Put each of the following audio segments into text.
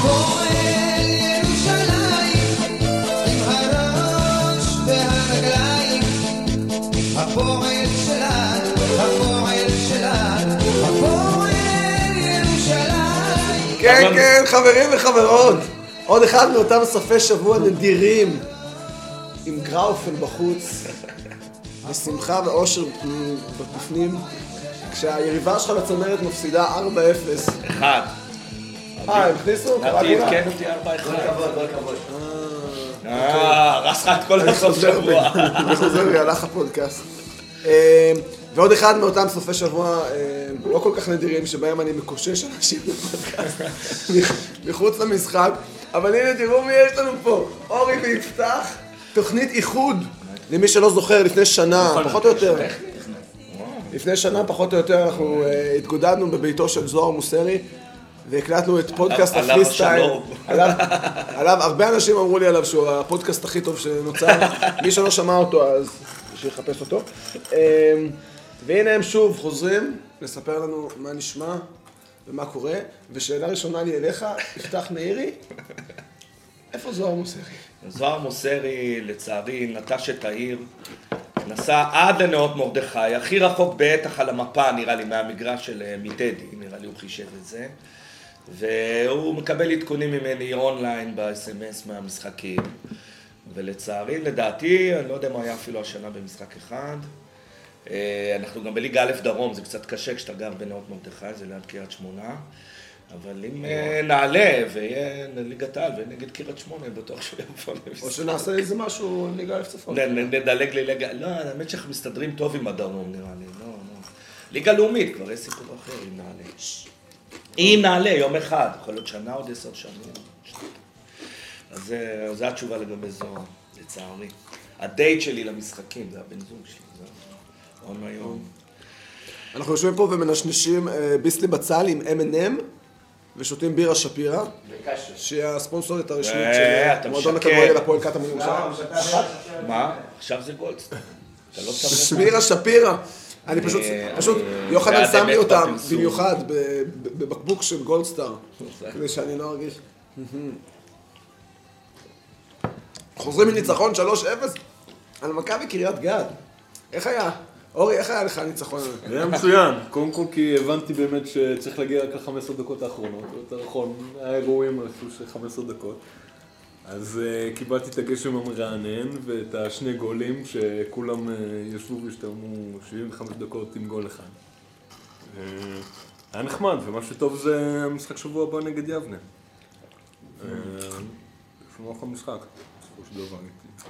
הפועל ירושלים, עם הראש והרגליים, הפועל שלנו, הפועל שלנו, הפועל ירושלים. כן, כן, חברים וחברות. עוד אחד מאותם סופי שבוע נדירים, עם גראופל בחוץ, בשמחה ואושר בפנים, כשהיריבה שלך לצמרת מפסידה 4-0. 1. הם הכניסו? נתי עדכן אותי 4-1. כל הכבוד. רס לך את כל הסוף שבוע. וחוזר לי, הלך הפודקאסט. ועוד אחד מאותם סופי שבוע לא כל כך נדירים, שבהם אני מקושש אנשים בפודקאסט מחוץ למשחק. אבל הנה, תראו מי יש לנו פה. אורי ויפתח, תוכנית איחוד. למי שלא זוכר, לפני שנה, פחות או יותר. לפני שנה, פחות או יותר, אנחנו התגודדנו בביתו של זוהר מוסרי, והקלטנו את פודקאסט הפרי סטייל. עליו, הרבה אנשים אמרו לי עליו שהוא הפודקאסט הכי טוב שנוצר. מי שלא שמע אותו, אז שיחפש אותו. והנה הם שוב חוזרים לספר לנו מה נשמע ומה קורה. ושאלה ראשונה לי אליך, יפתח מאירי, איפה זוהר מוסרי? זוהר מוסרי, לצערי, נטש את העיר, נסע עד לנאות מרדכי, הכי רחוק בטח על המפה, נראה לי, מהמגרש של מיטדי, נראה לי הוא חישב את זה. והוא מקבל עדכונים ממני אונליין ב-SMS מהמשחקים. ולצערי, לדעתי, אני לא יודע מה היה אפילו השנה במשחק אחד. אנחנו גם בליגה א' דרום, זה קצת קשה כשאתה גר בנאות מרדכי, זה ליד קריית שמונה. אבל אם נעלה ויהיה ליגת העל ונגד קריית שמונה, בטוח שהוא יבוא למשחק. או שנעשה איזה משהו ליגה א' צפון. נדלג לליגה, לא, האמת שאנחנו מסתדרים טוב עם הדרום נראה לי, לא. ליגה לאומית, כבר יש סיפור אחר אם נעלה. אם נעלה, יום אחד, יכול להיות שנה עוד 10 שנים. אז זו התשובה לגבי זוהר, לצערי. הדייט שלי למשחקים, זה הבן זוג שלי, זה עוד היום. אנחנו יושבים פה ומנשנשים ביסלי בצל עם M&M ושותים בירה שפירה, שהיא הספונסורית הרשמית של מועדון הכדורגל הפועל קטמון ירושלים. מה? עכשיו זה גולדסטאר. אתה לא שם בירה שפירה. אני פשוט, יוחנן שם לי אותם במיוחד בבקבוק של גולדסטאר, כדי שאני לא ארגיש. חוזרים מניצחון 3-0 על מכבי קריית גת. איך היה? אורי, איך היה לך הניצחון הזה? זה היה מצוין. קודם כל כי הבנתי באמת שצריך להגיע רק ל-15 דקות האחרונות. יותר נכון, האירועים עשו של 15 דקות. אז קיבלתי את הגשם המרענן ואת השני גולים שכולם ישבו והשתרמו 75 דקות עם גול אחד. היה נחמד, ומה שטוב זה המשחק שבוע הבא נגד יבנה. שום אחלה משחק, בסופו של דבר.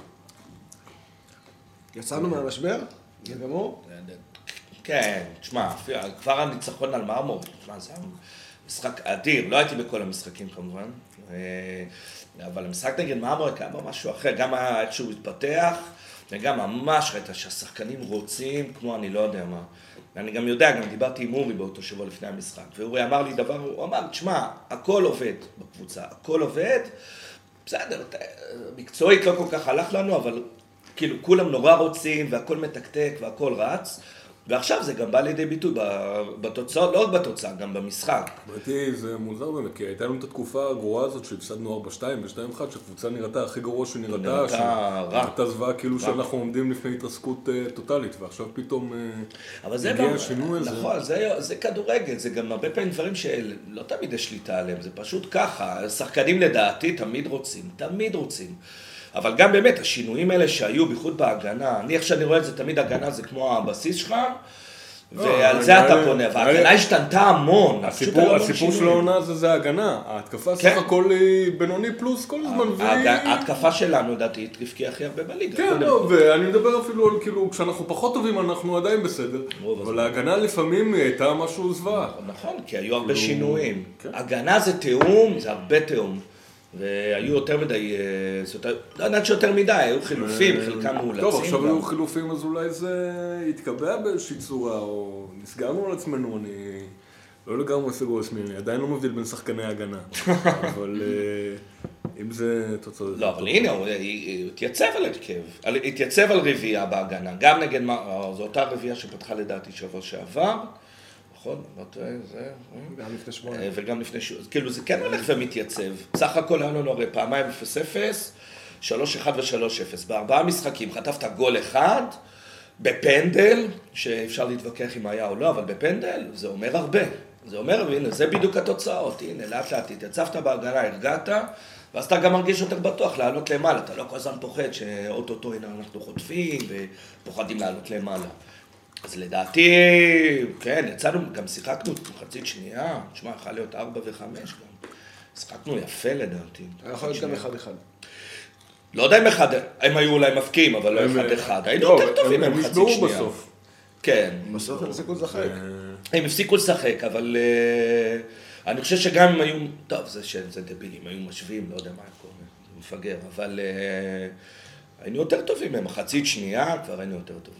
יצאנו מהמשבר? גמור? כן, תשמע, כבר הניצחון על מרמור, תשמע, זה היה משחק אדיר, לא הייתי בכל המשחקים כמובן, אבל המשחק נגד מרמור היה משהו אחר, גם איך שהוא התפתח, וגם ממש ראית שהשחקנים רוצים, כמו אני לא יודע מה. ואני גם יודע, גם דיברתי עם אורי באותו שבוע לפני המשחק, ואורי אמר לי דבר, הוא אמר, תשמע, הכל עובד בקבוצה, הכל עובד, בסדר, מקצועית לא כל כך הלך לנו, אבל כאילו כולם נורא רוצים, והכל מתקתק, והכל רץ, ועכשיו זה גם בא לידי ביטוי בתוצאות, לא רק בתוצאה, גם במשחק. באתי, זה מוזר באמת, כי הייתה לנו את התקופה הגרועה הזאת שהפסדנו 4-2 ו-2-1, שהקבוצה נראתה הכי גרוע שנראתה, שנראתה זוועה כאילו שאנחנו עומדים לפני התרסקות טוטלית, ועכשיו פתאום הגיע השינוי הזה. נכון, זה כדורגל, זה גם הרבה פעמים דברים שלא תמיד יש שליטה עליהם, זה פשוט ככה, שחקנים לדעתי תמיד רוצים. אבל גם באמת, השינויים האלה שהיו בייחוד בהגנה, אני איך שאני רואה את זה, תמיד הגנה זה כמו הבסיס שלך, ועל זה אתה פונה, וההגנה השתנתה המון. הסיפור של העונה זה ההגנה, ההתקפה סך הכל היא בינוני פלוס כל הזמן. ההתקפה שלנו, לדעתי, התקפי הכי הרבה בליגה. כן, ואני מדבר אפילו על כאילו, כשאנחנו פחות טובים אנחנו עדיין בסדר, אבל ההגנה לפעמים הייתה משהו זוועה. נכון, כי היו הרבה שינויים. הגנה זה תיאום, זה הרבה תיאום. והיו יותר מדי, לא יודעת שיותר מדי, היו חילופים, חלקם מאולצים. טוב, עכשיו היו חילופים, אז אולי זה יתקבע באיזושהי צורה, או נסגרנו על עצמנו, אני לא לגמרי סגור עצמי, אני עדיין לא מבדיל בין שחקני ההגנה, אבל אם זה תוצאות... לא, אבל הנה, הוא התייצב על הרכב, התייצב על רביעייה בהגנה, גם נגד, זו אותה רביעייה שפתחה לדעתי שבוע שעבר, נכון? לא טועה, זה... גם לפני 8. וגם לפני כאילו זה כן הולך ומתייצב. סך הכל היה לנו הרי פעמיים 0-0, 3-1 ו-3-0. בארבעה משחקים חטפת גול אחד, בפנדל, שאפשר להתווכח אם היה או לא, אבל בפנדל זה אומר הרבה. זה אומר, הנה, זה בדיוק התוצאות. הנה, לאט לאט התייצבת בהגנה, הרגעת, ואז אתה גם מרגיש יותר בטוח לעלות למעלה. אתה לא כל הזמן פוחד שאוטוטו הנה אנחנו חוטפים ופוחדים לעלות למעלה. אז לדעתי, כן, יצאנו, גם שיחקנו מחצית שנייה, תשמע, יכול להיות 4 ו-5 גם. שיחקנו יפה לדעתי. יכול להיות גם 1-1. לא יודע אם הם היו אולי מפקיעים, אבל לא 1-1. היינו יותר טובים הם מחצית נשברו שנייה. בסוף. כן. בסוף הם הפסיקו לשחק. הם הפסיקו לשחק, אבל אני חושב שגם אם היו, טוב, זה דבילים, היו משווים, לא יודע מה קורה, מפגר, אבל היינו יותר טובים, הם מחצית שנייה, כבר היינו יותר טובים.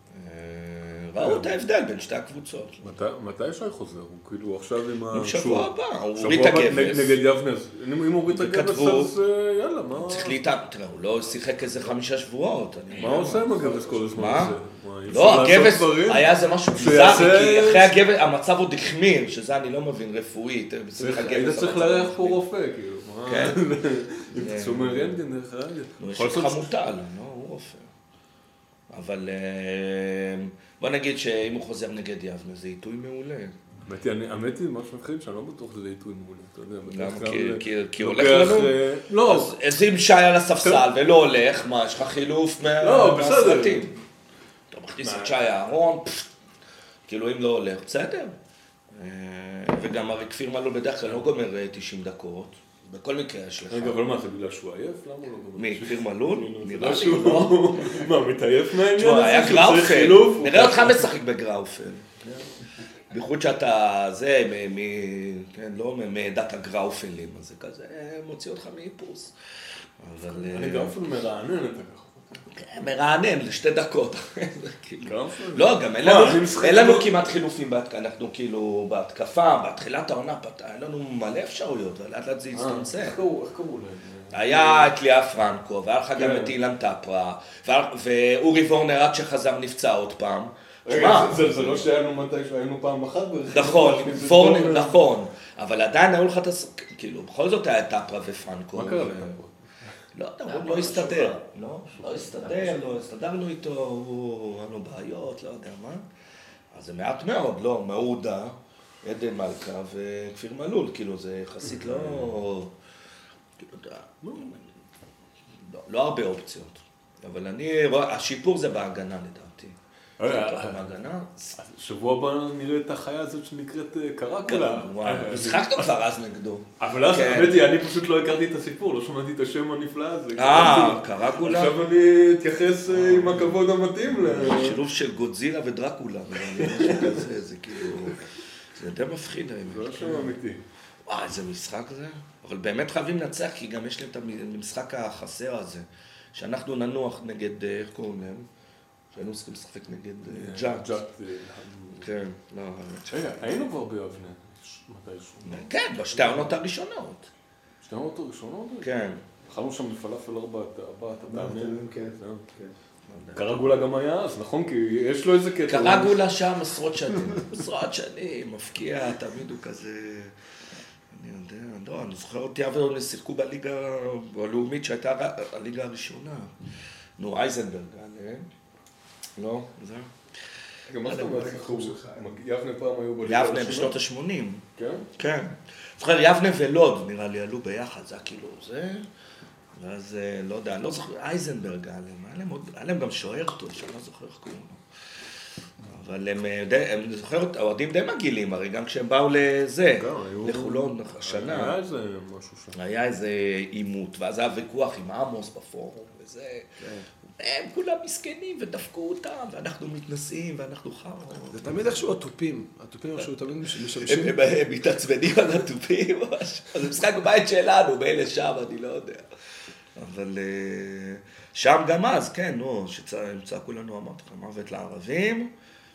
ראו את ההבדל בין שתי הקבוצות. מתי שי חוזר? הוא כאילו עכשיו עם ה... שבוע הבא, הוא הוריד את הגבס. נגד יבנה, אם הוא הוריד את הגבס, אז יאללה, מה... צריך תראה, הוא לא שיחק איזה 5 שבועות. מה הוא עושה עם הגבס כל הזמן הזה? לא, הגבס, היה איזה משהו ביזארי, כי אחרי הגבס, המצב עוד החמיר, שזה אני לא מבין רפואית. היית צריך לארח פה רופא, כאילו. כן. אם תשומע רנטגן, דרך אגב. יש לך מוטל, הוא רופא. אבל בוא נגיד שאם הוא חוזר נגד יבנה, זה עיתוי מעולה. האמת היא, מה שמתחיל שאני לא בטוח שזה עיתוי מעולה, אתה יודע. למה? כי הולך לנו? לא. אז אם שי על הספסל ולא הולך, מה, יש לך חילוף מהסרטים? אתה מכניס את שי הארון, כאילו אם לא הולך, בסדר. וגם הרי כפיר מלול בדרך כלל לא גומר 90 דקות. בכל מקרה יש לך. רגע, אבל מה, זה בגלל שהוא עייף? למה הוא לא גומר? מי, כפיר מלול? נראה לי לא. מה, מתעייף מהעניין הזה? תשמע, היה גראופל. נראה אותך משחק בגראופל. בייחוד שאתה, זה, לא מעדת הגראופלים, אז זה כזה מוציא אותך מאיפוס. אני גראופל מרענן את הככה. מרענן ל2 דקות. לא, גם אין לנו כמעט חילופים בהתקפה, אנחנו כאילו בהתקפה, בתחילת העונה, היה לנו מלא אפשרויות, ולאט לאט זה הצטמצם. איך קראו להם? היה את ליה פרנקו, והיה לך גם את אילן טפרה, ואורי וורנר עד שחזר נפצע עוד פעם. זה לא שהיינו מתי שהיינו פעם אחת ברכב. נכון, וורנר, נכון, אבל עדיין היו לך את כאילו, בכל זאת היה טפרה ופרנקו. מה קרה לטפרה? לא יודע, הוא לא הסתדר. לא הסתדר, לא הסתדרנו איתו, היה לו בעיות, לא יודע מה. אז זה מעט מאוד, לא, מעודה, עדן מלכה וכפיר מלול, כאילו זה יחסית לא... לא הרבה אופציות. אבל השיפור זה בהגנה לדעתי. שבוע הבא נראה את החיה הזאת שנקראת קרקולה. משחקנו כבר אז נגדו. אבל אז, האמת היא, אני פשוט לא הכרתי את הסיפור, לא שמעתי את השם הנפלא הזה. קרקולה. עכשיו אני אתייחס עם הכבוד המתאים לה. שילוב של גודזילה ודרקולה. זה כאילו, זה יותר מפחיד. זה לא שם אמיתי. וואי, איזה משחק זה. אבל באמת חייבים לנצח, כי גם יש להם את המשחק החסר הזה. שאנחנו ננוח נגד, איך קוראים להם? שהיינו צריכים לשחק נגד ג'אט. כן, לא... רגע, היינו כבר ביבנה. מתישהו. כן, בשתי העונות הראשונות. שתי העונות הראשונות? כן. אכלנו שם בפלאפל 4 פעמים. כן. קרקולה גם היה אז, נכון? כי יש לו איזה קטע. קרקולה שם עשרות שנים, מפקיע, תמיד הוא כזה... אני יודע, לא, אני זוכר אותי אבל שיחקו בליגה הלאומית שהייתה הליגה הראשונה. נו, אייזנברג, לא, זה... גם מה זאת אומרת? יבנה פעם היו בליגה הראשונה? יבנה בשנות ה-80. כן? כן. זוכר, יבנה ולוד נראה לי עלו ביחד, זה היה כאילו זה, ואז לא יודע, אני לא זוכר, אייזנברג היה להם גם שוער טוב, שאני לא זוכר איך קוראים לו. אבל הם זוכר, האוהדים די מגעילים, הרי גם כשהם באו לזה, לחולון השנה. היה איזה משהו שם. היה איזה עימות, ואז היה ויכוח עם עמוס בפורום, וזה... הם כולם מסכנים ודפקו אותם, ואנחנו מתנסים, ואנחנו חרות. זה תמיד איכשהו הטופים איכשהו תמיד משמשים. הם מתעצבנים על הטופים, זה משחק בית שלנו, באלה שם, אני לא יודע. אבל שם גם אז, כן, שהם צעקו לנו, אמרתי לך, מוות לערבים,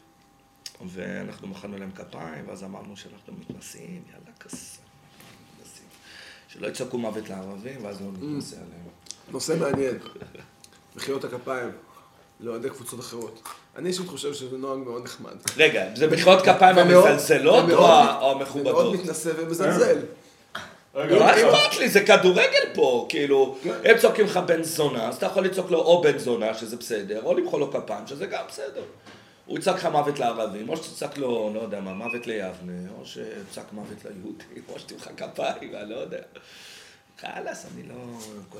ואנחנו מחלנו להם כפיים, ואז אמרנו שאנחנו מתנסים, יאללה, כסה, מתנסים. שלא יצעקו מוות לערבים, ואז לא נתנסה עליהם. נושא מעניין. מחיאות הכפיים, לאוהדי קבוצות אחרות. אני אישית חושב שזה נוהג מאוד נחמד. רגע, זה מחיאות כפיים המזלזלות או המכובדות? מאוד מתנשא ומזלזל. לא אכפת לי, זה כדורגל פה, כאילו, הם צועקים לך בן זונה, אז אתה יכול לצעוק לו או בן זונה, שזה בסדר, או למחוא לו כפיים, שזה גם בסדר. הוא יצעק לך מוות לערבים, או שתצעק לו, לא יודע מה, מוות ליבנה, או שתצעק מוות ליהודים, או שתמחא כפיים, אני לא יודע. חלאס, אני לא... כל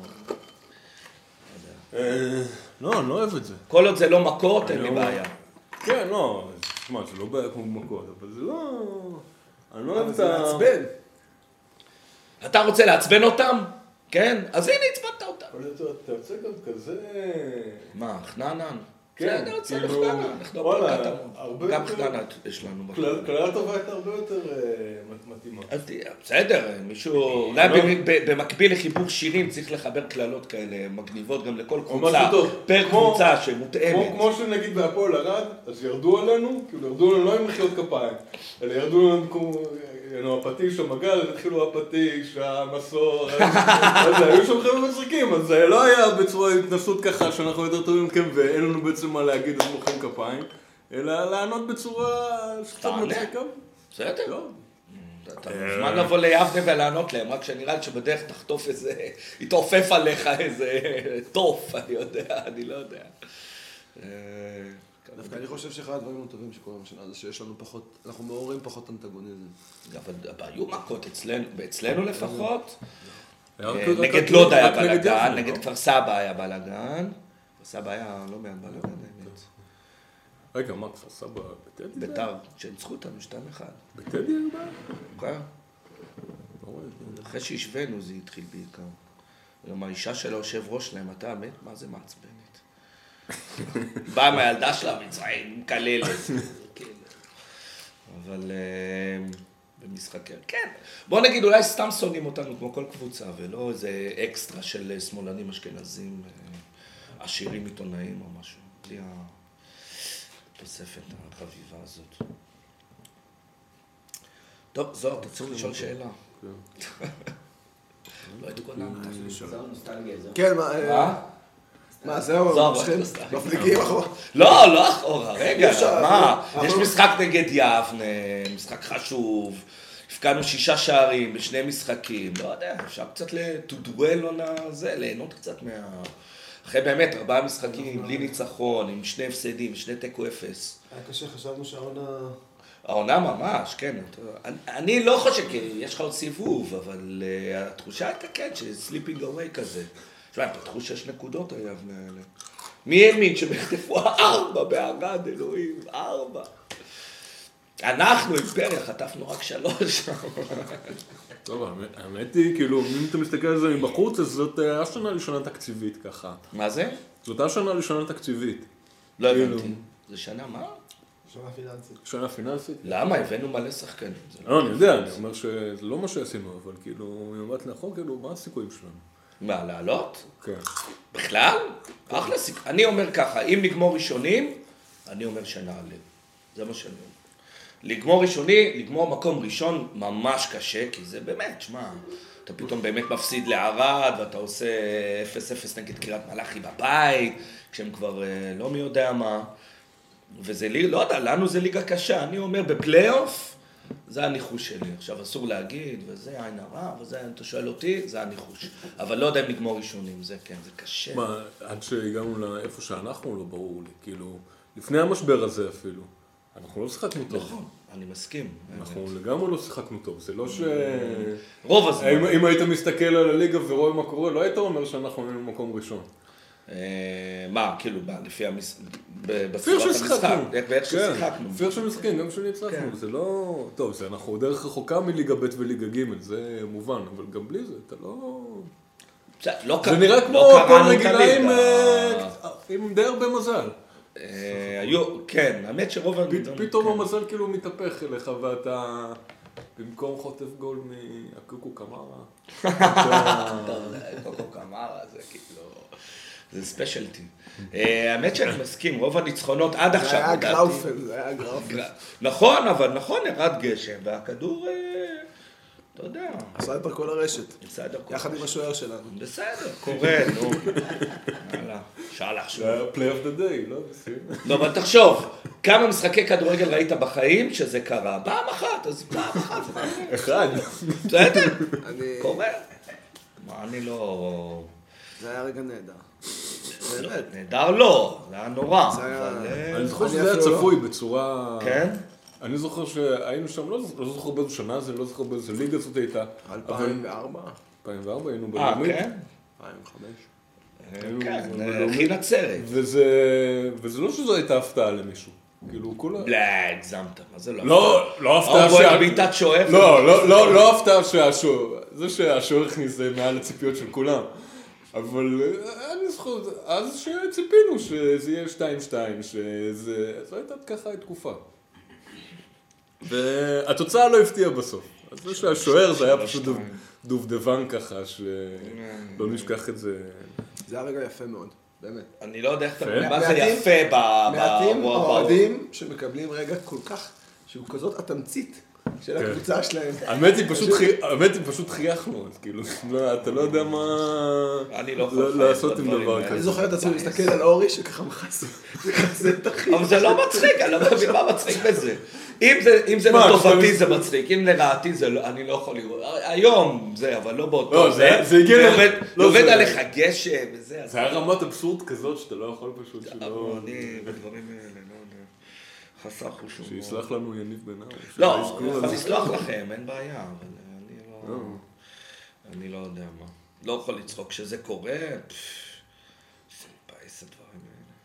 לא, אני לא אוהב את זה. כל עוד זה לא מכות, אין לי בעיה. כן, לא, תשמע, זה לא בעיה כמו מכות, אבל זה לא... אני לא אוהב את זה מעצבן. אתה רוצה לעצבן אותם? כן? אז הנה, הצבנת אותם. אבל אתה יוצא גם כזה... מה, חננן? כן, אני רוצה כאילו... לחננן, אנחנו הפרקת גם חננן יש לנו. כללה טובה הייתה הרבה יותר מתאימה. בסדר, מישהו... אולי במקביל לחיבור שירים צריך לחבר כללות כאלה מגניבות גם לכל קבוצה. פר קבוצה שמותאמת. כמו שנגיד בהפועל ערד, אז ירדו עלינו, כאילו ירדו עלינו לא עם מחיאות כפיים, אלא ירדו עלינו הפטיש, המגל, התחילו הפטיש, המסור, היו שם חבר'ה מצחיקים, אז זה לא היה בצורה התנסות ככה שאנחנו יותר טובים מכם ואין לנו בעצם מה להגיד אז מוחאים כפיים, אלא לענות בצורה שקצת מצחיקה. בסדר. אתה מוזמן לבוא ליבנה ולענות להם, רק שנראה לי שבדרך תחטוף איזה, יתעופף עליך איזה טוף, אני יודע, אני לא יודע. דווקא אני חושב שאחד הדברים הטובים שקוראים בשנה זה שיש לנו פחות, אנחנו מעוררים פחות אנטגוניזם. אבל היו מכות אצלנו לפחות. נגד לוד היה בלגן, נגד כפר סבא היה בלגן. כפר סבא היה לא מעט בלגן, האמת. רגע, מה, כפר סבא בטדי? ביתר, שניצחו אותנו 2-1. בטדי היה בעיה? כן. אחרי שהשווינו זה התחיל בעיקר. גם האישה של היושב ראש שלהם, אתה האמת, מה זה מעצבנת? באה מהילדה שלה מצרים, מקללת. אבל במשחק, כן. בוא נגיד, אולי סתם שונאים אותנו כמו כל קבוצה, ולא איזה אקסטרה של שמאלנים אשכנזים, עשירים עיתונאים או משהו. בלי התוספת החביבה הזאת. טוב, זוהר, תצטרך לשאול שאלה. לא התכוננת. כן, מה, זהו, מפליגים אחורה. לא אחורה, רגע, מה? יש משחק נגד יבנה, משחק חשוב, הפקענו 6 שערים בשני משחקים, לא יודע, אפשר קצת לדואל ליהנות קצת אחרי באמת 4 משחקים, בלי ניצחון, עם 2 הפסדים, 2 תיקו 0. היה קשה, חשבנו שהעונה... העונה ממש, כן. אני לא חושב, כי יש לך עוד סיבוב, אבל התחושה הייתה כן, שסליפינג אווי כזה. תשמע, פתחו 6 נקודות היבנה האלה. מי האמין שבחטפו 4 בערד, אלוהים, 4. אנחנו, אימפריה, חטפנו רק 3. טוב, האמת היא, כאילו, אם אתה מסתכל על זה מבחוץ, אז זאת השנה ראשונה תקציבית ככה. מה זה? זאת השנה ראשונה תקציבית. לא הבנתי. זה שנה מה? שנה פיננסית. שנה פיננסית? למה? הבאנו מלא שחקנים. לא, אני יודע, אני אומר שזה לא מה שעשינו, אבל כאילו, במבט לאחור, כאילו, מה הסיכויים שלנו? מה, לעלות? כן. בכלל? אחלה סיכוי. אני אומר ככה, אם נגמור ראשונים, אני אומר שנעלה. זה מה שאני אומר. לגמור ראשוני, לגמור מקום ראשון ממש קשה, כי זה באמת, שמה, אתה פתאום באמת מפסיד לערד, ואתה עושה 0-0 נגד קריית מלאכי בבית, כשהם כבר לא מי יודע מה. וזה לי, לא יודע, לנו זה ליגה קשה. אני אומר, בפלייאוף, זה הניחוש שלי. עכשיו, אסור להגיד, וזה עין הרע, וזה, אתה שואל אותי, זה הניחוש. אבל לא יודע אם נגמור ראשונים, זה כן, זה קשה. מה, עד שהגענו לאיפה שאנחנו, לא ברור לי, כאילו, לפני המשבר הזה אפילו, אנחנו לא שיחקנו טוב. נכון, אני מסכים. אנחנו לגמרי לא שיחקנו טוב, זה לא ש... רוב הזמן. אם היית מסתכל על הליגה ורואה מה קורה, לא היית אומר שאנחנו היינו במקום ראשון. מה, כאילו, לפי לפי ששיחקנו. ואיך ששיחקנו. לפי שמשחקים, גם כשנצחקנו, זה לא... טוב, זה אנחנו דרך רחוקה מליגה ב' וליגה ג', זה מובן, אבל גם בלי זה, אתה לא... זה נראה כמו כל רגילה עם די הרבה מזל. כן, האמת שרוב... פתאום המזל כאילו מתהפך אליך ואתה... במקום חוטף גול מהקוקו קמרה. קוקו קמרה זה כאילו... זה ספיישלטי. האמת שאני מסכים, רוב הניצחונות עד עכשיו... זה היה גראופל, זה היה גראופל. נכון, אבל נכון, ירד גשם, והכדור... אתה יודע. עשה את דרכו לרשת. בסדר. יחד עם השוער שלנו. בסדר, קורה, נו. יאללה, אפשר לחשוב. זה ה-play of the day, לא? לא, אבל תחשוב, כמה משחקי כדורגל ראית בחיים שזה קרה? פעם אחת, אז פעם אחת. אחד. בסדר, אני... קורה. מה, אני לא... זה היה רגע נהדר. באמת. נהדר לא, זה היה נורא. זה היה- אבל, אני זוכר אני שזה היה אפילו לא. צפוי בצורה... כן? אני זוכר שהיינו שם, לא זוכר באיזו שנה זה, לא זוכר באיזו ליגה זאת הייתה. 2004? 2004 היינו בלאומית. כן? 2005? כן, הכי נצרת. וזה לא שזו הייתה הפתעה למישהו. כאילו, כולה... לא, הגזמת, מה זה לא? לא הפתעה או בעיטת שואף. לא הפתעה שהשוער, זה שהשוער הכניס מעל הציפיות של כולם. אבל אני זוכר, אז שציפינו שזה יהיה 2-2, זו הייתה ככה תקופה. והתוצאה לא הפתיעה בסוף. אז זה שהשוער זה היה פשוט דובדבן ככה, שלא נשכח את זה. זה היה רגע יפה מאוד, באמת. אני לא יודע איך אתה... יפה. מה זה יפה מעטים האוהדים שמקבלים רגע כל כך, שהוא כזאת התמצית של הקבוצה שלהם. האמת היא פשוט חייכנו, אז כאילו, אתה לא יודע מה אני לא יכול לעשות עם דבר אני כזה. זוכר את עצמי להסתכל על אורי שככה מכסה את החיוך. אבל זה לא מצחיק, אני לא מבין מה מצחיק בזה. אם זה לטובתי זה מצחיק, אם לרעתי זה לא, אני לא יכול לראות. היום זה, אבל לא באותו. לא, זה הגיע... זה עובד עליך גשם וזה. זה היה רמת אבסורד כזאת שאתה לא יכול פשוט שלא... אני בדברים האלה, לא יודע. חסר חוש הומור. שיסלח לנו יניב בן-ארי. לא, אני יכול לסלוח לכם, אין בעיה, אבל אני לא יודע מה. לא יכול לצחוק כשזה קורה, זה מבאס הדברים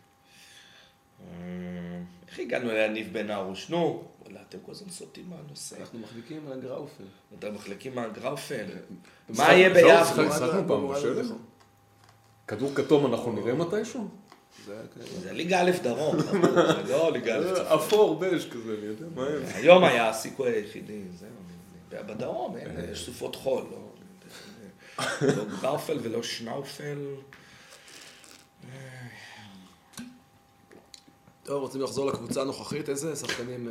האלה. איך הגענו ליניב בן-ארוש? נו, וואלה, אתם כל הזמן סוטים מהנושא. אנחנו מחליקים על הגראופל. אתם מחלקים מהגראופל. מה יהיה ביבנה? משחקנו פעם בשלג? כדור כתום אנחנו נראה מתישהו? זה ליגה א' דרום, זה לא ליגה א' צפון. אפור בש כזה, אני יודע מה הם. היום היה הסיכוי היחידי, זהו. בדרום יש סופות חול, לא גראופל ולא שנאופל. טוב, רוצים לחזור לקבוצה הנוכחית? איזה שחקנים?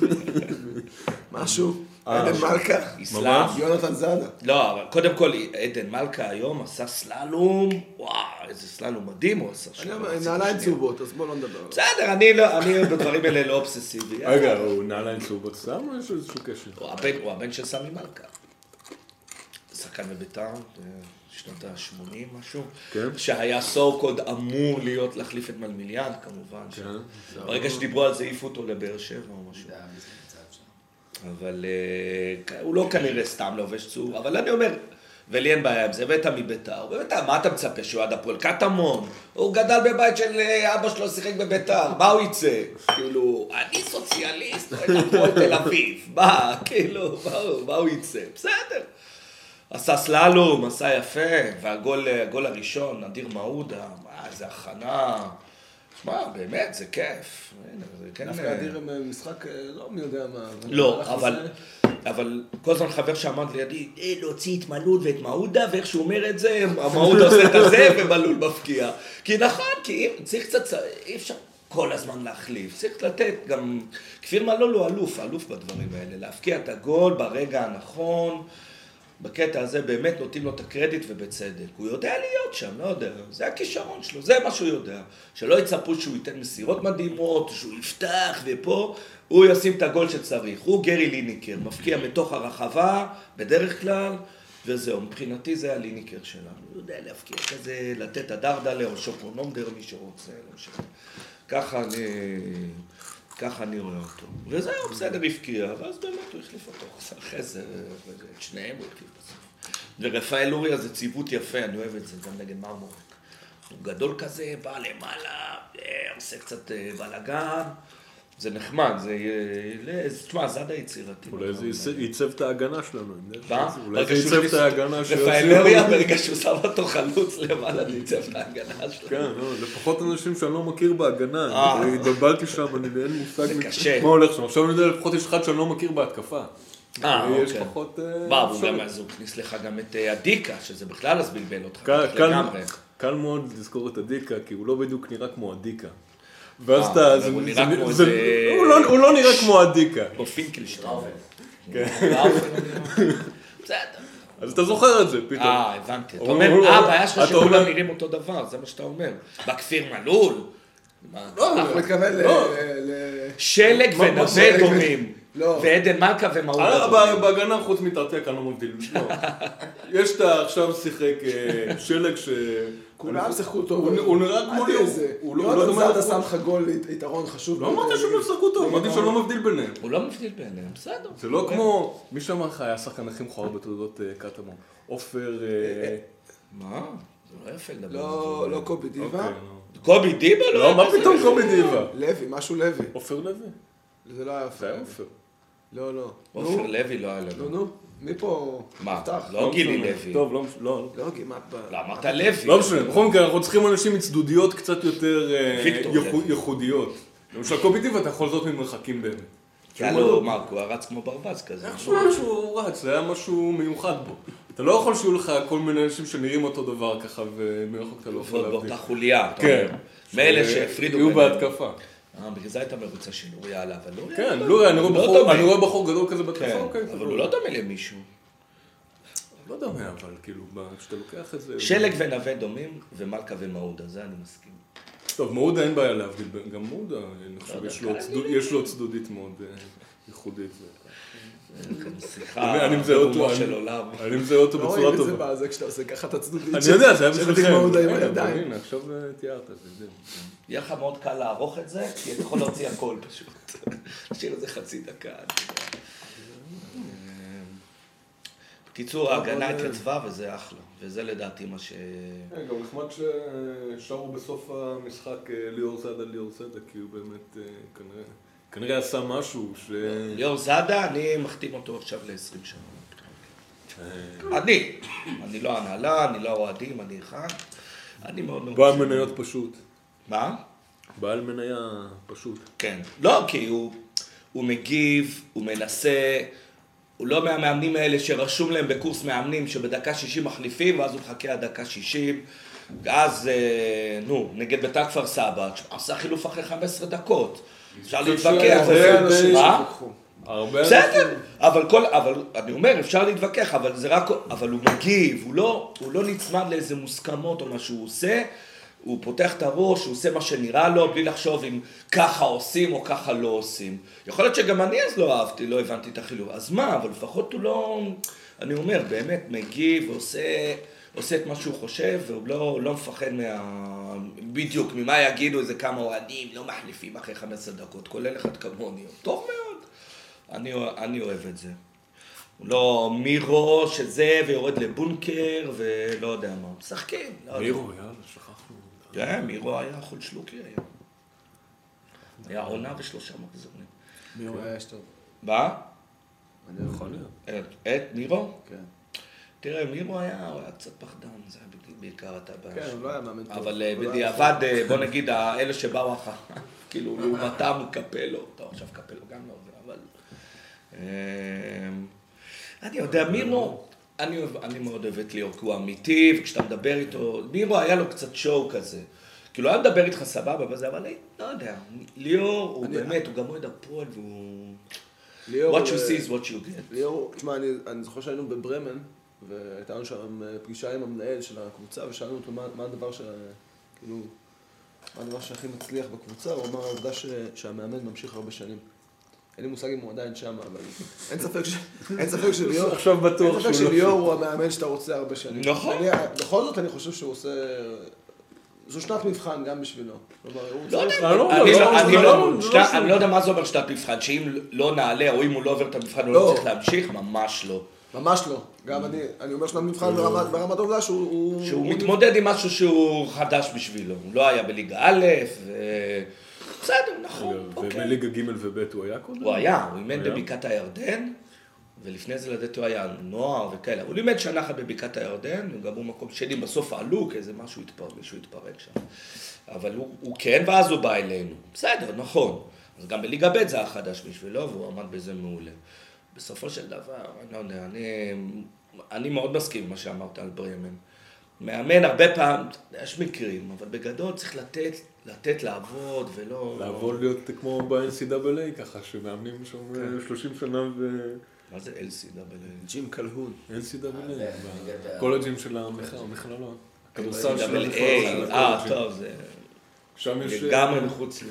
משהו? עדן מלכה? אסלאם. יונתן זאדה. לא, אבל קודם כל, עדן מלכה היום עשה סללום, וואו, איזה סללום מדהים הוא עשה. אני אומר, נעליים צהובות, אז בוא לא נדבר. בסדר, אני בדברים האלה לא אובססיבי. רגע, הוא נעליים צהובות סתם או יש איזשהו קשר? הוא הבן של סמי מלכה. שחקן בביתר, שנות ה-80 משהו. כן. שהיה סו-קוד אמור להיות להחליף את מלמיליאן, כמובן. ברגע שדיברו על זה, העיפו אותו לבאר שבע או משהו. אבל הוא לא כנראה סתם לובש צהוב, אבל אני אומר, ולי אין בעיה עם זה, הבאת מביתר, מה אתה מצפה שהוא עד הפועל קטמון? הוא גדל בבית של אבא שלו, שיחק בביתר, מה הוא יצא? כאילו, אני סוציאליסט, הוא את הפועל תל אביב, מה הוא יצא? בסדר. עשה סללום, עשה יפה, והגול הראשון, נדיר מעודה, איזה הכנה. שמע, באמת, זה כיף. דווקא אדיר משחק, לא מי יודע מה. לא, אבל כל הזמן חבר שעמד לידי, להוציא את מלול ואת מעודה, ואיך שהוא אומר את זה, מעודה עושה את הזה ומלול מפקיע. כי נכון, כי צריך קצת, אי אפשר כל הזמן להחליף. צריך לתת גם, כפיר מלול הוא אלוף בדברים האלה, להפקיע את הגול ברגע הנכון. בקטע הזה באמת נותנים לו את הקרדיט ובצדק. הוא יודע להיות שם, לא יודע. זה הכישרון שלו, זה מה שהוא יודע. שלא יצפו שהוא ייתן מסירות מדהימות, שהוא יפתח ופה, הוא ישים את הגול שצריך. הוא גרי ליניקר, מפקיע מתוך הרחבה, בדרך כלל, וזהו. מבחינתי זה הליניקר שלנו. הוא יודע להפקיע כזה, לתת הדרדלה או שופונומדר, מי שרוצה. ככה אני רואה אותו. וזהו, בסדר, הפקיע, ואז באמת הוא החליף אותו. אחרי זה, את שניהם הוא החליף בסוף. ורפאל אוריה זה ציוות יפה, אני אוהב את זה, גם נגד מרמורק. הוא גדול כזה, בא למעלה, עושה קצת בלגן. זה נחמד, תשמע, זאדה יצירתי. אולי זה ייצב את ההגנה שלנו. מה? אולי זה ייצב את ההגנה שלנו. רפאל אוריה, ברגע שהוא שם אותו חלוץ למעלה, זה ייצב את ההגנה שלנו. כן, לפחות אנשים שאני לא מכיר בהגנה. התבלבלתי שם, אין לי מושג מה הולך שם. עכשיו אני יודע, לפחות יש אחד שאני לא מכיר בהתקפה. יש פחות... הוא הכניס לך גם את הדיקה, שזה בכלל אז בלבל אותך. קל מאוד לזכור את הדיקה, כי הוא לא בדיוק נראה כמו הדיקה. ואז הוא נראה כמו איזה... הוא לא נראה כמו הדיקה. כמו פינקלשטיין. בסדר. אז אתה זוכר את זה פתאום. הבנתי. אתה אומר, הבעיה שלך שכולם נראים אותו דבר, זה מה שאתה אומר. בכפיר מלול. לא, אני מתכוון שלג ונווה דומים. ועדן מלכה ומעודה דומים. בהגנה חוץ מתרטיאק אני לא מבדיל. יש את עכשיו שיחק שלג ש... כולם שיחקו טוב. הוא נראה כמו ליאור. יונתן זאדה שם לך גול יתרון חשוב. לא אמרתי שהם לא שיחקו טוב, אמרתי שאני לא מבדיל ביניהם. הוא לא מבדיל ביניהם, בסדר. זה לא כמו... מי שאמר לך היה שחקן הכי מכוער בתעודות קטמון. עופר... מה? זה לא יפה לדבר. לא קובי דיבה. קובי דיבה? לא, מה פתאום קובי דיבה? לוי, משהו לוי. עופר לוי? זה לא היה זה היה עופר. לא. עופר לוי לא היה לנו. נו. מי פה? מה? לא גילי לוי. טוב, לא. לא, כמעט לא, אמרת לוי. לא משנה, בכל מקרה, אנחנו צריכים אנשים עם צדודיות קצת יותר ייחודיות. למשל, קובי דיבה אתה יכול לזאת ממרחקים באמת. כי היה לו, מה, הוא רץ כמו ברווז כזה. איכשהו משהו רץ, זה היה משהו מיוחד בו. אתה לא יכול שיהיו לך כל מיני אנשים שנראים אותו דבר ככה, ומרחוק אתה לא יכול להבדיל. באותה חוליה. כן. מאלה שהפרידו יהיו בהתקפה. בגלל זה הייתה מרוצה של לוריה עליו, אבל לוריה... כן, לוריה, אני רואה בחור גדול כזה בהתקפה, אוקיי. אבל הוא לא דומה למישהו. לא דומה, אבל כאילו, כשאתה לוקח את זה... שלג ונווה דומים, ומלכה ומעודה, זה אני מסכים. טוב, מעודה אין בעיה להבדיל, גם מעודה, אני חושב, יש לו צדודית מאוד ייחודית. סליחה, ברומו של עולם. אני מזהה אותו לא בצורה רואים את טובה. זה בזה כשאתה עושה ככה את הצדודית. אני יודע, זה היה בשבילכם. מעודה עם הידיים. הנה, עכשיו תיארת, זה. יהיה לך מאוד קל לערוך את זה, כי אתה יכול להוציא הכל פשוט. נשאיר את זה חצי דקה. בקיצור, ההגנה התייצבה וזה אחלה, וזה לדעתי מה ש... גם נחמד ששרו בסוף המשחק ליאור זאדה, כי הוא באמת כנראה עשה משהו ש... ליאור זאדה, אני מחתים אותו עכשיו ל-20 שנה. אני לא הנהלה, אני לא אוהדים, אני אחד. אני מאוד מאוד... בעל מניות פשוט. מה? בעל מניה פשוט. כן. לא, כי הוא מגיב, הוא מנסה... הוא לא מהמאמנים האלה שרשום להם בקורס מאמנים שבדקה 60 מחליפים, ואז הוא מחכה עד דקה 60, ואז, נגד בית"ר כפר סבא, עשה חילוף אחרי 15 דקות. אפשר להתווכח. בסדר, אבל אני אומר, אפשר להתווכח, אבל הוא מגיב, הוא לא נצמד לאיזה מוסכמות או מה שהוא עושה, הוא פותח את הראש, הוא עושה מה שנראה לו, בלי לחשוב אם ככה עושים או ככה לא עושים. יכול להיות שגם אני אז לא אהבתי, לא הבנתי את החילוף. אז מה, אבל לפחות הוא לא, אני אומר, באמת מגיב ועושה את מה שהוא חושב, והוא לא מפחד בדיוק, ממה יגידו איזה כמה אוהדים, לא מחליפים אחרי 15 דקות, כולל אחד כמוני. טוב מאוד. אני אוהב את זה. הוא לא מירו שזה ויורד לבונקר ולא יודע מה. משחקים. מירו, יאללה, שכחנו. כן, מירו היה אכול שלוקי היום. היה עונה ו3 מחזורים. מירו היה אש טוב. מה? אני יכול להיות. את מירו? כן. תראה, מירו היה קצת פחדן, זה היה בעיקר את הבעיה. כן, הוא לא היה מאמן טוב. אבל בדיעבד, בוא נגיד, אלה שבאו אחר, כאילו, לעומתם קפלו. טוב, עכשיו קפלו גם לא, אבל... אני יודע, מירו, אני מאוד אוהב את ליאור, כי הוא אמיתי, וכשאתה מדבר איתו, מירו היה לו קצת שואו כזה. כאילו, היה מדבר איתך סבבה וזה, אבל לא יודע, ליאור הוא באמת, הוא גם אוהד הפועל, והוא... What you see is what you get. ליאור, תשמע, אני זוכר שהיינו בברמן, והייתה לנו שם פגישה עם המנהל של הקבוצה, ושאלנו אותו מה הדבר כאילו, מה הדבר שהכי מצליח בקבוצה, הוא אמר העובדה שהמאמן ממשיך הרבה שנים. אין לי מושג אם הוא עדיין שם, אבל אין ספק שליאור... עכשיו בטוח אין ספק שליאור הוא המאמן שאתה רוצה הרבה שנים. נכון. בכל זאת אני חושב שהוא עושה... זו שנת מבחן גם בשבילו. אני לא יודע מה זה אומר שנת מבחן, שאם לא נעלה או אם הוא לא עובר את המבחן הוא לא צריך להמשיך, ממש לא. ממש לא. גם אני אומר שנת מבחן ברמת עובדה שהוא... שהוא מתמודד עם משהו שהוא חדש בשבילו. הוא לא היה בליגה א' בסדר, נכון. ובליגה ג' וב' הוא היה קודם? הוא היה, הוא אימן בבקעת הירדן, ולפני זה לדעתי הוא היה נוער וכאלה. הוא לימד שנה אחת בבקעת הירדן, וגם הוא מקום שני, בסוף עלו כאיזה משהו התפרק שם. אבל הוא כן, ואז הוא בא אלינו. בסדר, נכון. אז גם בליגה ב' זה היה חדש בשבילו, והוא עמד בזה מעולה. בסופו של דבר, אני לא יודע, אני מאוד מסכים עם מה שאמרת על ברמן. מאמן הרבה פעם, יש מקרים, אבל בגדול צריך לתת לעבוד ולא... לעבוד להיות כמו ב-NCAA ככה, שמאמנים שם 30 שנה מה זה LCAA? ג'ים קלהון. NCAA, קולג'ים של המכללות. הכדורסל של LCAA, טוב, זה... שם יש... לגמרי מחוץ ל...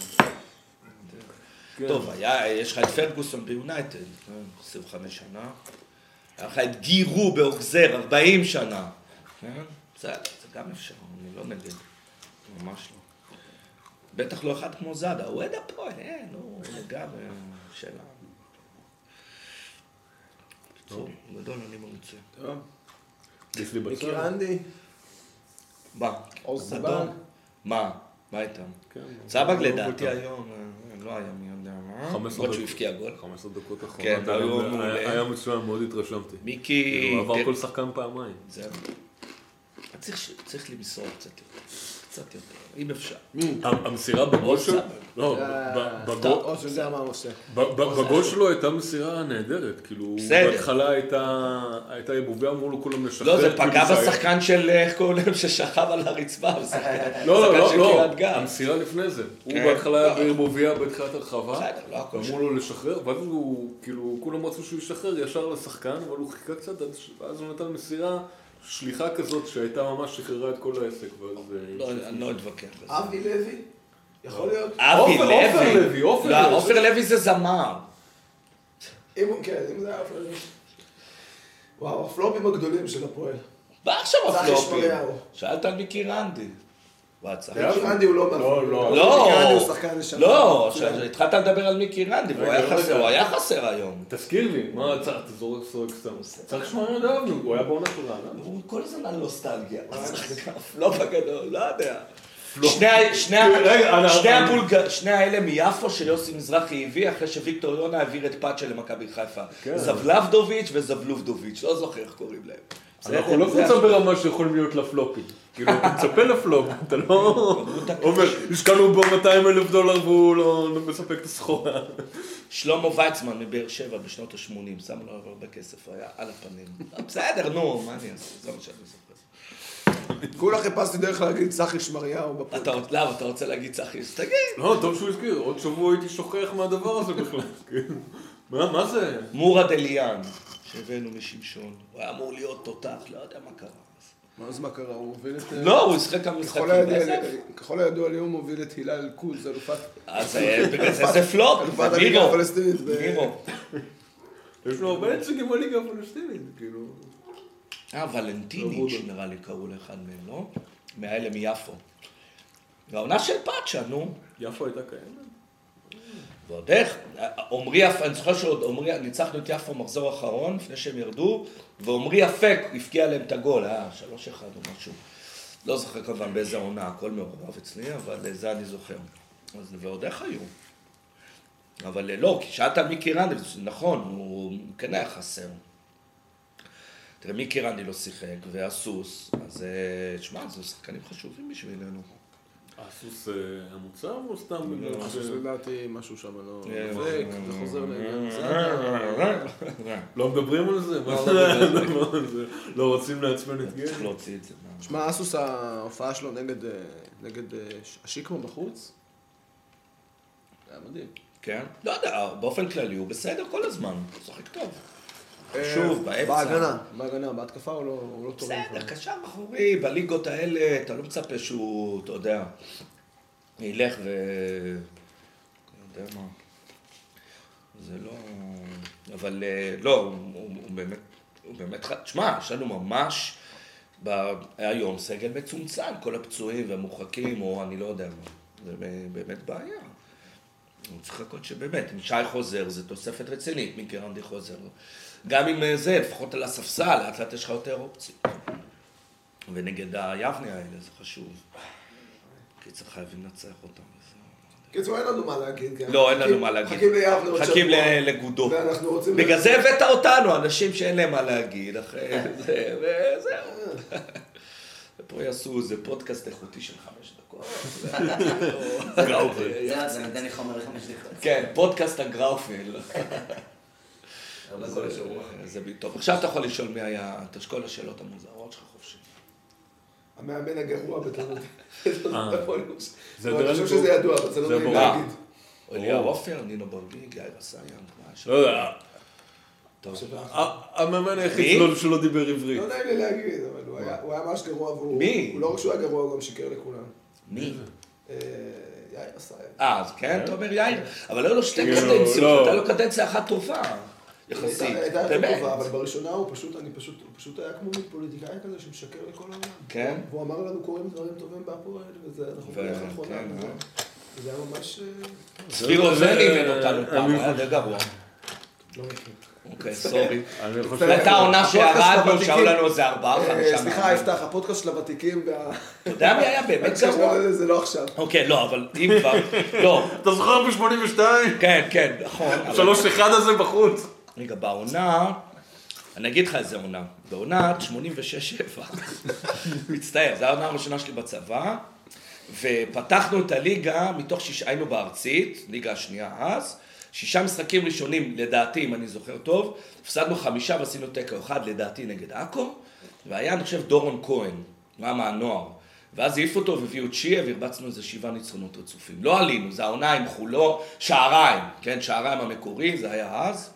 טוב, יש לך את פרגוסון ביונייטד, 25 שנה. היה לך את גירו באוגזר, 40 שנה. זה גם אפשר, אני לא נגד. ממש לא. בטח לא אחד כמו זאדה, הוא עד הפועל, הוא לגמרי שאלה. טוב, גדול, אני מרוצה. טוב. מיקי רנדי. מה? עוז סבג. מה איתם? סבג לדעתי היום, לא היה מי יודע מה. 15 עוד שהוא הפקיע גול. 15 דקות כן, אחרונות. היה מצוין, מאוד התרשמתי. מיקי... הוא עבר כל שחקן פעמיים. זהו. צריך למסור קצת יותר, אם אפשר. המסירה בגול שלו? לא, או שזה מה הוא עושה. בגול שלו הייתה מסירה נהדרת, כאילו, בהתחלה הייתה יבוביה, אמרו לו כולם לשחרר. לא, זה פגע בשחקן של, איך קוראים להם, ששכב על הרצפה, לא, המסירה לפני זה. הוא בהתחלה היה יבוביה בתחילת הרחבה, אמרו לו לשחרר, ואז הוא, כאילו, כולם רצו שהוא ישחרר ישר לשחקן, אבל הוא חיכה קצת, ואז הוא נתן מסירה, שליחה כזאת שהייתה ממש שחררה את כל העסק, אני לא אתווכח לזה. אבי לוי? יכול להיות? עופר לוי זה זמר. כן, אם זה היה עופר לוי. וואו, הפלופים הגדולים של הפועל. מה עכשיו הפלופים? צחי שמריהו. שאלת על מיקי רנדי. מיקי רנדי הוא לא מהפלופים. לא, מיקי רנדי הוא שחקן נשמה. לא, התחלת לדבר על מיקי רנדי, והוא היה חסר היום. תזכיר לי, מה צריך, תזורק סתם. צריך לשמוע מאוד אהבנו, הוא היה בעונה שלנו. הוא כל הזמן על נוסטלגיה. הפלופ הגדול, לא יודע. שני האלה מיפו שיוסי מזרחי הביא אחרי שוויקטור יונה העביר את פאצ'ה למכבי חיפה. זבלבדוביץ' וזבלובדוביץ', לא זוכר איך קוראים להם. אנחנו לא קבוצה ברמה שיכולים להיות לפלופים. כאילו, אתה מצפה לפלופ, אתה לא אומר, השקענו בו $200,000 והוא לא מספק את הסחורה. שלמה ויצמן מבאר שבע בשנות ה-80, שם לו הרבה כסף, היה על הפנים. בסדר, נו, מה אני אעשה? זה מה שאני זוכר. כולה חיפשתי דרך להגיד צחי שמריהו בפודקאסט. למה, אתה רוצה להגיד צחי? אז תגיד. לא, טוב שהוא הזכיר, עוד שבוע הייתי שוכח מהדבר הזה בכלל. מה זה? מורד אליאן, שהבאנו משמשון, הוא היה אמור להיות תותח, לא יודע מה קרה. מה קרה? הוא מוביל את... לא, הוא ישחק כמה משחקים. ככל הידוע לי הוא מוביל את הילה אל-קודס, אלופת... אז בגלל זה פלופ, אלופת הליגה הפלסטינית. יש לו הרבה נציגים בליגה הפלסטינית, כאילו... ולנטיני, שנראה לי קראו לאחד מהם, לא? מהאלה מיפו. והעונה של פאצ'ה, נו. יפו הייתה קיימת? ועוד איך, עומרי יפה, אני זוכר שעוד עומרי, ניצחנו את יפו מחזור אחרון, לפני שהם ירדו, ועומרי יפק הפקיע להם את הגול, 3-1 או משהו. לא זוכר כמובן באיזה עונה, הכל מעורבב אצלי, אבל זה אני זוכר. אז ועוד איך היו. אבל לא, כי שאלת על מיקי רנדי, נכון, הוא כן היה חסר. תראה, מיקי רנדי לא שיחק, והסוס, אז תשמע, זה שחקנים חשובים בשבילנו. הסוס המוצר או סתם? הסוס לדעתי משהו שם לא... זה חוזר לא מדברים על זה? לא רוצים לעצמן את גל? צריך להוציא את זה. תשמע, הסוס ההופעה שלו נגד השיקמו בחוץ? זה היה מדהים. כן? לא יודע, באופן כללי הוא בסדר כל הזמן, הוא שוחק טוב. שוב, באמצע. בהגנה, בהתקפה הוא לא טוב. בסדר, קשר אחורי, בליגות האלה, אתה לא מצפה שהוא, אתה יודע, ילך ו... אני יודע מה. זה לא... אבל לא, הוא באמת... תשמע, יש לנו ממש היום סגל מצומצם, כל הפצועים והמורחקים, או אני לא יודע מה. זה באמת בעיה. הוא צריך לחכות שבאמת, אם שי חוזר, זה תוספת רצינית, מיקי רנדי חוזר. גם עם זה, לפחות על הספסל, לאט לאט יש לך יותר אופציות. ונגד היבני האלה, זה חשוב. כי צריך חייבים לנצח אותם. קיצור, אין לנו מה להגיד. לא, אין לנו מה להגיד. חכים ליבנה. חכים לגודו. בגלל זה הבאת אותנו, אנשים שאין להם מה להגיד, אחרי זה, וזהו. ופה יעשו איזה פודקאסט איכותי של 5 דקות. גראופל. זה נתן לי חומר ל5 דקות. כן, פודקאסט הגראופל. זה טוב. עכשיו אתה יכול לשאול מי היה, תשקול השאלות המוזרות שלך חופשי. המאמן הגרוע בתנות. זה אני חושב שזה ידוע, אבל זה לא נעים להגיד. אליהו עופר, נינו ברגיג, יאיר אסאיאן. לא יודע. המאמן היחיד שלא דיבר עברית. לא נעים לי להגיד, אבל הוא היה ממש גרוע, מי? הוא לא רק שהוא היה גרוע, הוא גם שיקר לכולם. מי? יאיר עשאי. אז כן, אתה אומר יאיר, אבל היו לו שתי קדנציות, הייתה לו קדנציה אחת טובה, יחסית. הייתה יותר טובה, אבל בראשונה הוא פשוט היה כמו פוליטיקאי כזה שמשקר לכל העולם. כן. והוא אמר לנו קוראים דברים טובים בהפועל, וזה אנחנו ביחד נכונה. זה היה ממש... צבי רוזני הבן אותנו פעם, היה די גרוע. לא מכיר. אוקיי, סורי. אני חושב... הייתה עונה שירדנו, שהיו לנו איזה 4-5. סליחה, יפתח, הפודקאסט של הוותיקים וה... אתה יודע מי היה באמת גרוע? זה לא עכשיו. אוקיי, לא, אבל אם כבר... לא. אתה זוכר ב-82? כן, נכון. 3-1 הזה בחוץ. רגע, בעונה... אני אגיד לך איזה עונה. בעונה 86-7. מצטער, זו העונה הראשונה שלי בצבא. ופתחנו את הליגה מתוך היינו בארצית, ליגה השנייה אז. 6 משחקים ראשונים, לדעתי, אם אני זוכר טוב, הפסדנו 5 ועשינו תיקו 1, לדעתי, נגד עכו, והיה, אני חושב, דורון כהן, הוא היה מהנוער. ואז העיף אותו והביאו את שיה, והרבצנו איזה 7 ניצחונות רצופים. לא עלינו, זה העונה עם חולו, שעריים, כן, שעריים המקורי, זה היה אז.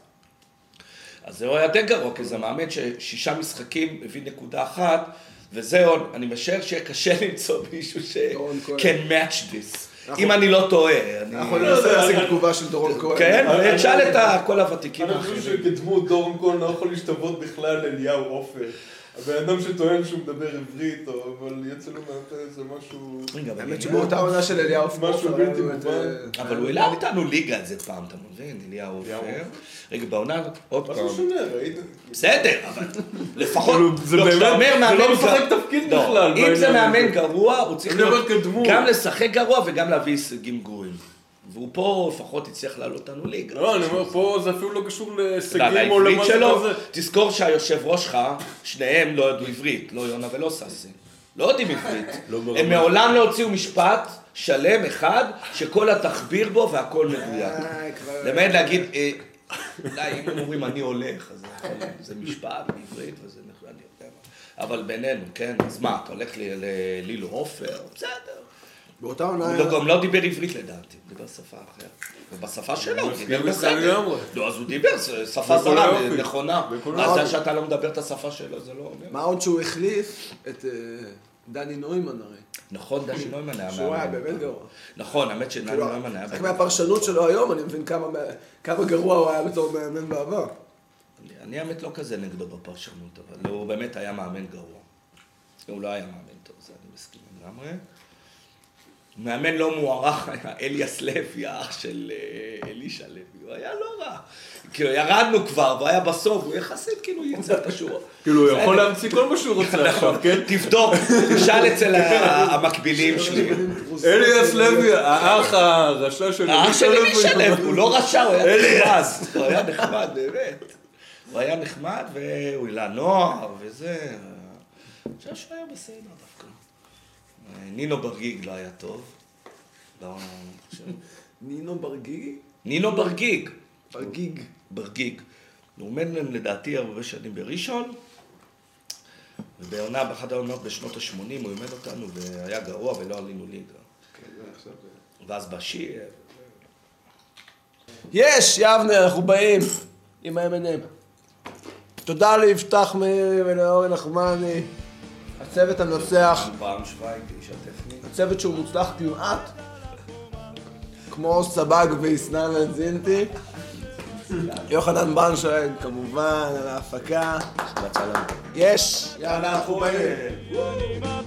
אז זה היה די גרוע, כי זה מאמן ש6 משחקים הביא נקודה 1, וזהו, אני משער שיהיה קשה למצוא מישהו שכן match this. אם אני לא טועה. אנחנו ננסה להשיג תגובה של דורון כהן. כן, תשאל את כל הוותיקים האחרים. אני חושב שכדמות דורון כהן לא יכול להשתוות בכלל לאליהו עופר. הבן אדם שטוען שהוא מדבר עברית, אבל יצא לו זה משהו... האמת שבאותה עונה של אליהו עופר. משהו בלתי מובן. אבל הוא העלה איתנו ליגה איזה פעם, אתה מבין? אליהו עופר. רגע, בעונה עוד פעם. משהו שונה, ראית? בסדר, אבל לפחות... זה לא משחק תפקיד בכלל. אם זה מאמן גרוע, הוא צריך גם לשחק גרוע וגם להביא הישגים גרועים. והוא פה לפחות הצליח לעלות אותנו ליגה. לא, אני אומר, פה זה אפילו לא קשור להישגים או למה שלו. תזכור שהיושב ראש שלך, שניהם לא ידעו עברית, לא יונה ולא ססי. לא יודעים עברית. הם מעולם לא הוציאו משפט שלם אחד, שכל התחביר בו והכל מדויק. למעט להגיד, אולי אם הם אומרים אני הולך, אז זה משפט בעברית וזה נכון, אני יודע מה. אבל בינינו, כן, אז מה, אתה הולך ללילו עופר, בסדר. באותה עונה... הוא גם לא דיבר עברית לדעתי, הוא דיבר שפה אחרת. ובשפה שלו הוא דיבר בסדר. לא, אז הוא דיבר שפה זרה נכונה. אז זה שאתה לא מדבר את השפה שלו, זה לא אומר. מה עוד שהוא החליף את דני נוימן הרי. נכון, דני נוימן היה... שהוא היה באמת גרוע. נכון, האמת שדני נוימן היה... רק מהפרשנות שלו היום, אני מבין כמה גרוע הוא היה בתור מאמן בעבר. אני האמת לא כזה נגדו בפרשנות, אבל הוא באמת היה מאמן גרוע. הוא לא היה מאמן טוב, זה אני מסכים לגמרי. מאמן לא מוערך היה אליאס לוי, האח של אלישע לוי, הוא היה לא רע. כאילו ירדנו כבר, והוא היה בסוף, הוא יחסית כאילו יצא את השורה. כאילו הוא יכול להמציא כל מה שהוא רוצה עכשיו, כן? תבדוק, תשאל אצל המקבילים שלי. אליאס לוי, האח הרשע של אלישע לוי. האח של אלישע לוי, הוא לא רשע, הוא היה נחמד. הוא היה נחמד, באמת. הוא היה נחמד, והוא היה נוער וזה. אני חושב שהוא היה בסדר דווקא. נינו ברגיג לא היה טוב. נינו ברגיג? נינו ברגיג. ברגיג. ברגיג. הוא עומד להם לדעתי הרבה שנים בראשון, ובעונה, באחת העונות בשנות ה-80 הוא עומד אותנו והיה גרוע ולא עלינו ליגה. ואז בשיר. יש, יבנה, אנחנו באים עם ה-M&M. תודה ליפתח מאיר ולאורן נחמני. הצוות המנצח, פעם שווייק, איש הטכני. הצוות שהוא מוצלח כמעט, כמו סבג ואיסנן ונזינטי. יוחנן בנשטיין, כמובן, על ההפקה. בצלם. יש, יאללה, אנחנו באים.